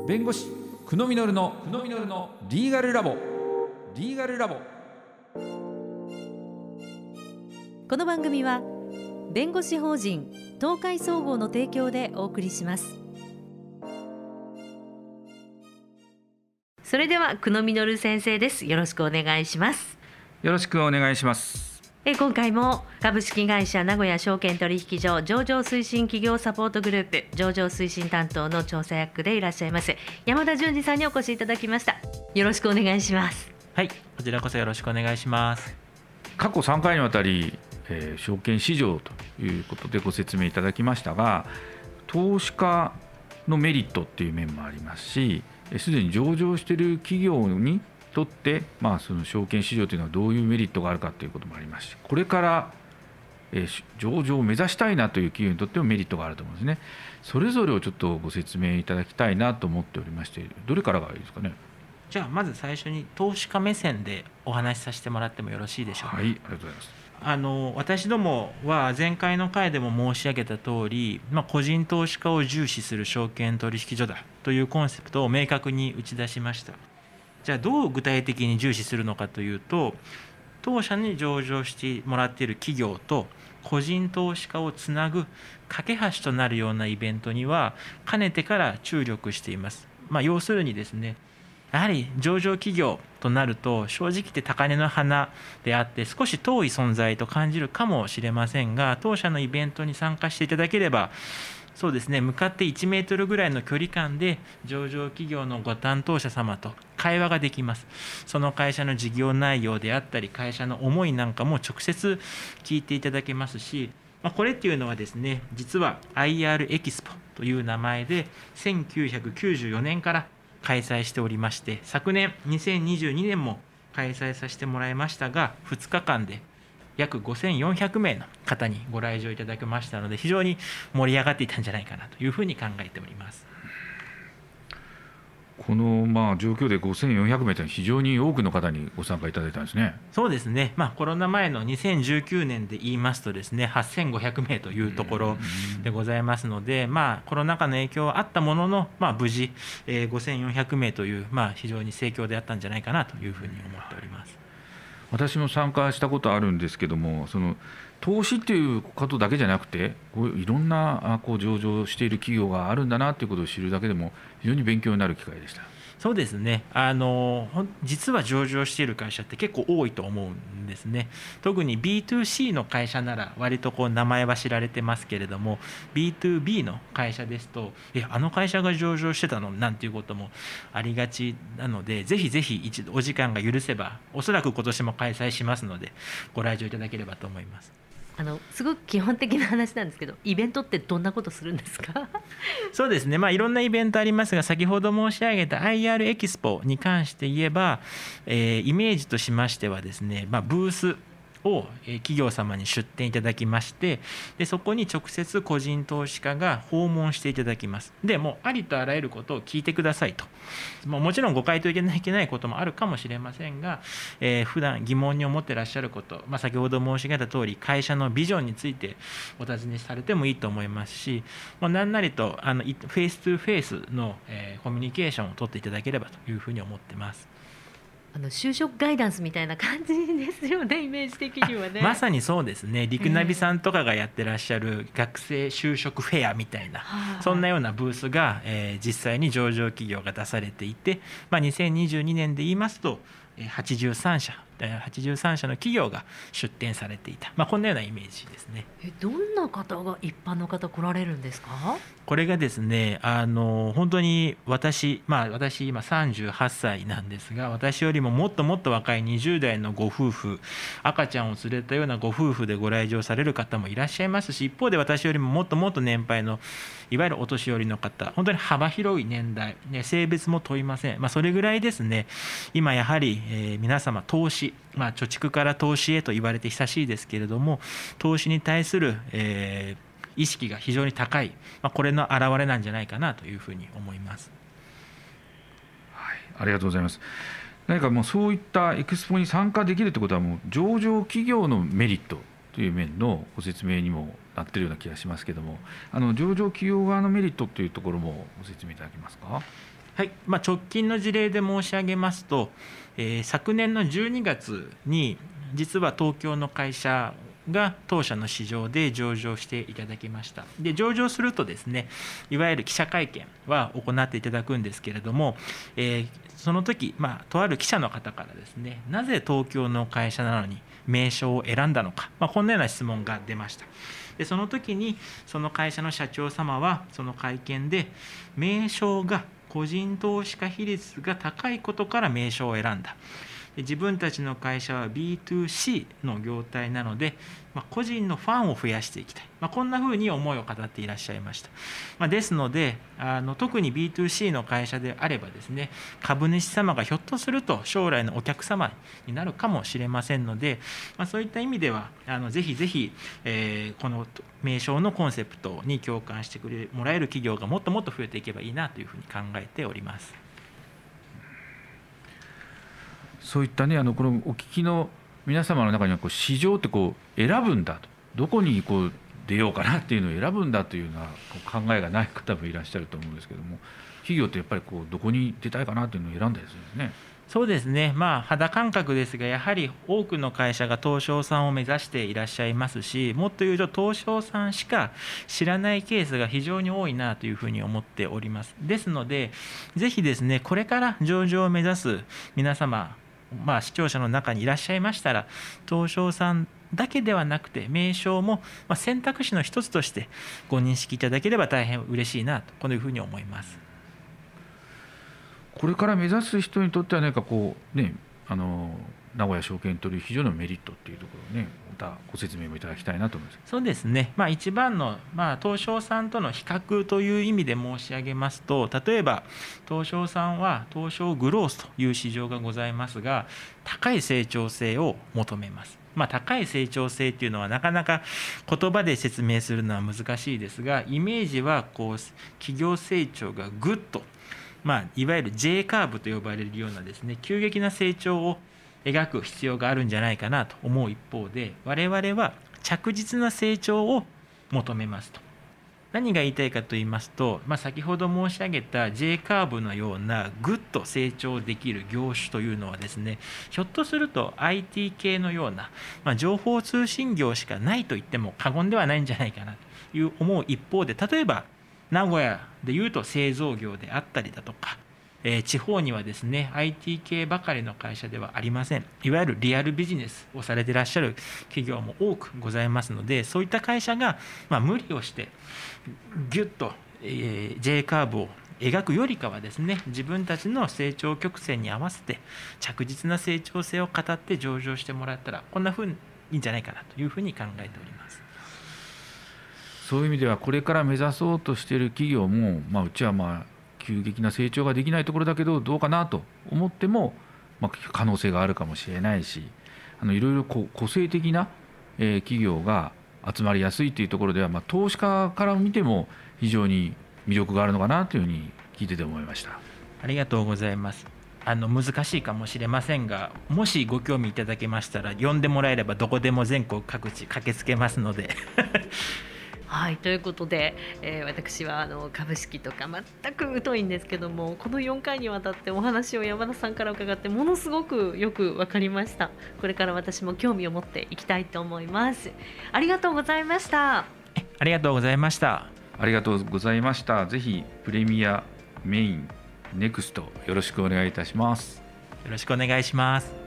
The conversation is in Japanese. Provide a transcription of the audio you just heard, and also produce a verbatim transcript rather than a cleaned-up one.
弁護士久野実の久野実のリーガルラボリーガルラボ。 この番組は弁護士法人東海総合の提供でお送りします。それでは久野実先生です。よろしくお願いします。 よろしくお願いします。 え今回も株式会社名古屋証券取引所上場推進企業サポートグループ上場推進担当の調査役でいらっしゃいます山田純次さんにお越しいただきました。よろしくお願いします。 はい、こちらこそよろしくお願いします。 過去さんかいにわたり、えー、証券市場ということでご説明いただきましたが、投資家のメリットっていう面もありますし、すでに上場している企業にとって、まあ、その証券市場というのはどういうメリットがあるかということもありますし、これから、えー、上場を目指したいなという企業にとってもメリットがあると思うんですね。それぞれをちょっとご説明いただきたいなと思っておりまして、どれからがいいですかね。 じゃあまず最初に投資家目線でお話しさせてもらってもよろしいでしょうか。 はい、ありがとうございます。 あの私どもは前回の回でも申し上げた通り、まあ、個人投資家を重視する証券取引所だというコンセプトを明確に打ち出しました。じゃあどう具体的に重視するのかというと、当社に上場してもらっている企業と個人投資家をつなぐ架け橋となるようなイベントにはかねてから注力しています。まあ、要するにですね、やはり上場企業となると正直言って高嶺の花であって少し遠い存在と感じるかもしれませんが、当社のイベントに参加していただければ、そうですね、向かっていちメートルぐらいの距離感で上場企業のご担当者様と会話ができます。その会社の事業内容であったり会社の思いなんかも直接聞いていただけますし、まあ、これっていうのはですね、実は アイアール エキスポという名前でせんきゅうひゃくきゅうじゅうよねんから開催しておりまして、昨年にせんにじゅうにねんも開催させてもらいましたが、ふつかかんで約ごせんよんひゃくめいの方にご来場いただきましたので、非常に盛り上がっていたんじゃないかなというふうに考えております。 このまあ状況でごせんよんひゃくめいというのは非常に多くの方にご参加いただいたんですね。 そうですね、まあ、コロナ前のにせんじゅうきゅうねんで言いますとですね、はっせんごひゃくめいというところでございますので、まあ、コロナ禍の影響はあったものの、まあ、無事、えー、ごせんよんひゃくめいという、まあ、非常に盛況であったんじゃないかなというふうに思っております。 私も参加したことあるんですけども、その投資っていうことだけじゃなくて、こういろんなこう上場している企業があるんだなということを知るだけでも非常に勉強になる機会でした。 そうですね、あの実は上場している会社って結構多いと思うんですね。特に ビーツーシー の会社なら割とこう名前は知られてますけれども、 ビーツービー の会社ですと、えあの会社が上場してたのなんていうこともありがちなので、ぜひぜひ一度お時間が許せば、おそらく今年も開催しますのでご来場いただければと思います。 あのすごく基本的な話なんですけど、イベントってどんなことするんですか？ そうですね、まあ、いろんなイベントありますが、先ほど申し上げた アイアール エキスポに関して言えば、えー、イメージとしましてはですね、まあ、ブースを企業様に出展いただきまして、でそこに直接個人投資家が訪問していただきます。でもうありとあらゆることを聞いてくださいと。もうもちろんご回答いけないいけないこともあるかもしれませんが、えー、普段疑問に思ってらっしゃること、まあ、先ほど申し上げた通り会社のビジョンについてお尋ねされてもいいと思いますし、もう何なりとあのフェイストゥフェイスの、えー、コミュニケーションを取っていただければというふうに思ってます。 あの就職ガイダンスみたいな感じですよね、イメージ的にはね。 まさにそうですね、リクナビさんとかがやってらっしゃる学生就職フェアみたいな、 えー、 そんなようなブースが、えー、実際に上場企業が出されていて、まあ、にせんにじゅうにねんで言いますとはちじゅうさんしゃはちじゅうさんしゃの企業が出展されていた、まあ、こんなようなイメージですね。 えどんな方が一般の方来られるんですか？ これがですね、あの本当に私、まあ、私今さんじゅうはっさいなんですが、私よりももっともっと若いにじゅうだいのご夫婦、赤ちゃんを連れたようなご夫婦でご来場される方もいらっしゃいますし、一方で私よりももっともっと年配のいわゆるお年寄りの方、本当に幅広い年代、ね、性別も問いません。まあ、それぐらいですね、今やはり、えー、皆様投資、まあ、貯蓄から投資へと言われて久しいですけれども、投資に対する、えー意識が非常に高い、まあ、これの表れなんじゃないかなというふうに思います。 はい、ありがとうございます。何かもうそういったエクスポに参加できるということは、もう上場企業のメリットという面のご説明にもなっているような気がしますけれども、あの上場企業側のメリットというところもご説明いただけますか？ はい、まあ、直近の事例で申し上げますと、えー、昨年のじゅうにがつに実は東京の会社が当社の市場で上場していただきました。で、上場するとですね、いわゆる記者会見は行っていただくんですけれども、えー、その時、まあ、とある記者の方からですね、なぜ東京の会社なのに名称を選んだのか、まあ、こんなような質問が出ました。で、その時にその会社の社長様はその会見で、名称が個人投資家比率が高いことから名称を選んだ。自分たちの会社は ビーツーシー の業態なので、まあ、個人のファンを増やしていきたい、まあ、こんなふうに思いを語っていらっしゃいました。まあ、ですのであの特に ビーツーシー の会社であればですね、株主様がひょっとすると将来のお客様になるかもしれませんので、まあ、そういった意味ではあのぜひぜひ、えー、この名称のコンセプトに共感してくれもらえる企業がもっともっと増えていけばいいなというふうに考えております。 そういったね、あのこのお聞きの皆様の中にはこう市場ってこう選ぶんだと、どこにこう出ようかなっていうのを選ぶんだというような考えがない方もいらっしゃると思うんですけども、企業ってやっぱりこうどこに出たいかなというのを選んだりするんですね。 そうですね、まあ、肌感覚ですが、やはり多くの会社が東証さんを目指していらっしゃいますし、もっと言うと東証さんしか知らないケースが非常に多いなというふうに思っております。ですので、ぜひですね、これから上場を目指す皆様、まあ、視聴者の中にいらっしゃいましたら、東証さんだけではなくて名称も選択肢の一つとしてご認識いただければ大変嬉しいなと、このいうふうに思います。 これから目指す人にとっては何かこうね、あの名古屋証券取引所のメリットっていうところをね、またご説明もいただきたいなと思います。 そうですね、まあ、一番の、まあ、東証さんとの比較という意味で申し上げますと、例えば東証さんは東証グロースという市場がございますが、高い成長性を求めます。まあ、高い成長性っていうのはなかなか言葉で説明するのは難しいですが、イメージはこう企業成長がぐっと、まあ、いわゆる J カーブと呼ばれるようなですね、急激な成長を描く必要があるんじゃないかなと思う一方で、我々は着実な成長を求めますと。何が言いたいかと言いますと、まあ、先ほど申し上げた J カーブのようなぐっと成長できる業種というのはですね、ひょっとすると アイティー 系のような、まあ、情報通信業しかないと言っても過言ではないんじゃないかなという思う一方で、例えば名古屋でいうと製造業であったりだとか、えー、地方にはですね アイティー 系ばかりの会社ではありません。いわゆるリアルビジネスをされていらっしゃる企業も多くございますので、そういった会社が、まあ、無理をしてギュッと、えー、J カーブを描くよりかはですね、自分たちの成長曲線に合わせて着実な成長性を語って上場してもらったら、こんなふうにいいんじゃないかなというふうに考えております。 そういう意味ではこれから目指そうとしている企業も、まあ、うちはまあ急激な成長ができないところだけどどうかなと思っても、まあ、可能性があるかもしれないし、あのいろいろこう個性的な、えー、企業が集まりやすいというところでは、まあ、投資家から見ても非常に魅力があるのかなというふうに聞いてて思いました。 ありがとうございます。あの難しいかもしれませんが、もしご興味いただけましたら呼んでもらえればどこでも全国各地駆けつけますのではい、ということで、えー、私はあの株式とか全く疎いんですけども、このよんかいにわたってお話を山田さんから伺ってものすごくよく分かりました。これから私も興味を持っていきたいと思います。ありがとうございました。 ありがとうございました。 ありがとうございました。ぜひプレミア、メイン、ネクストよろしくお願いいたします。 よろしくお願いします。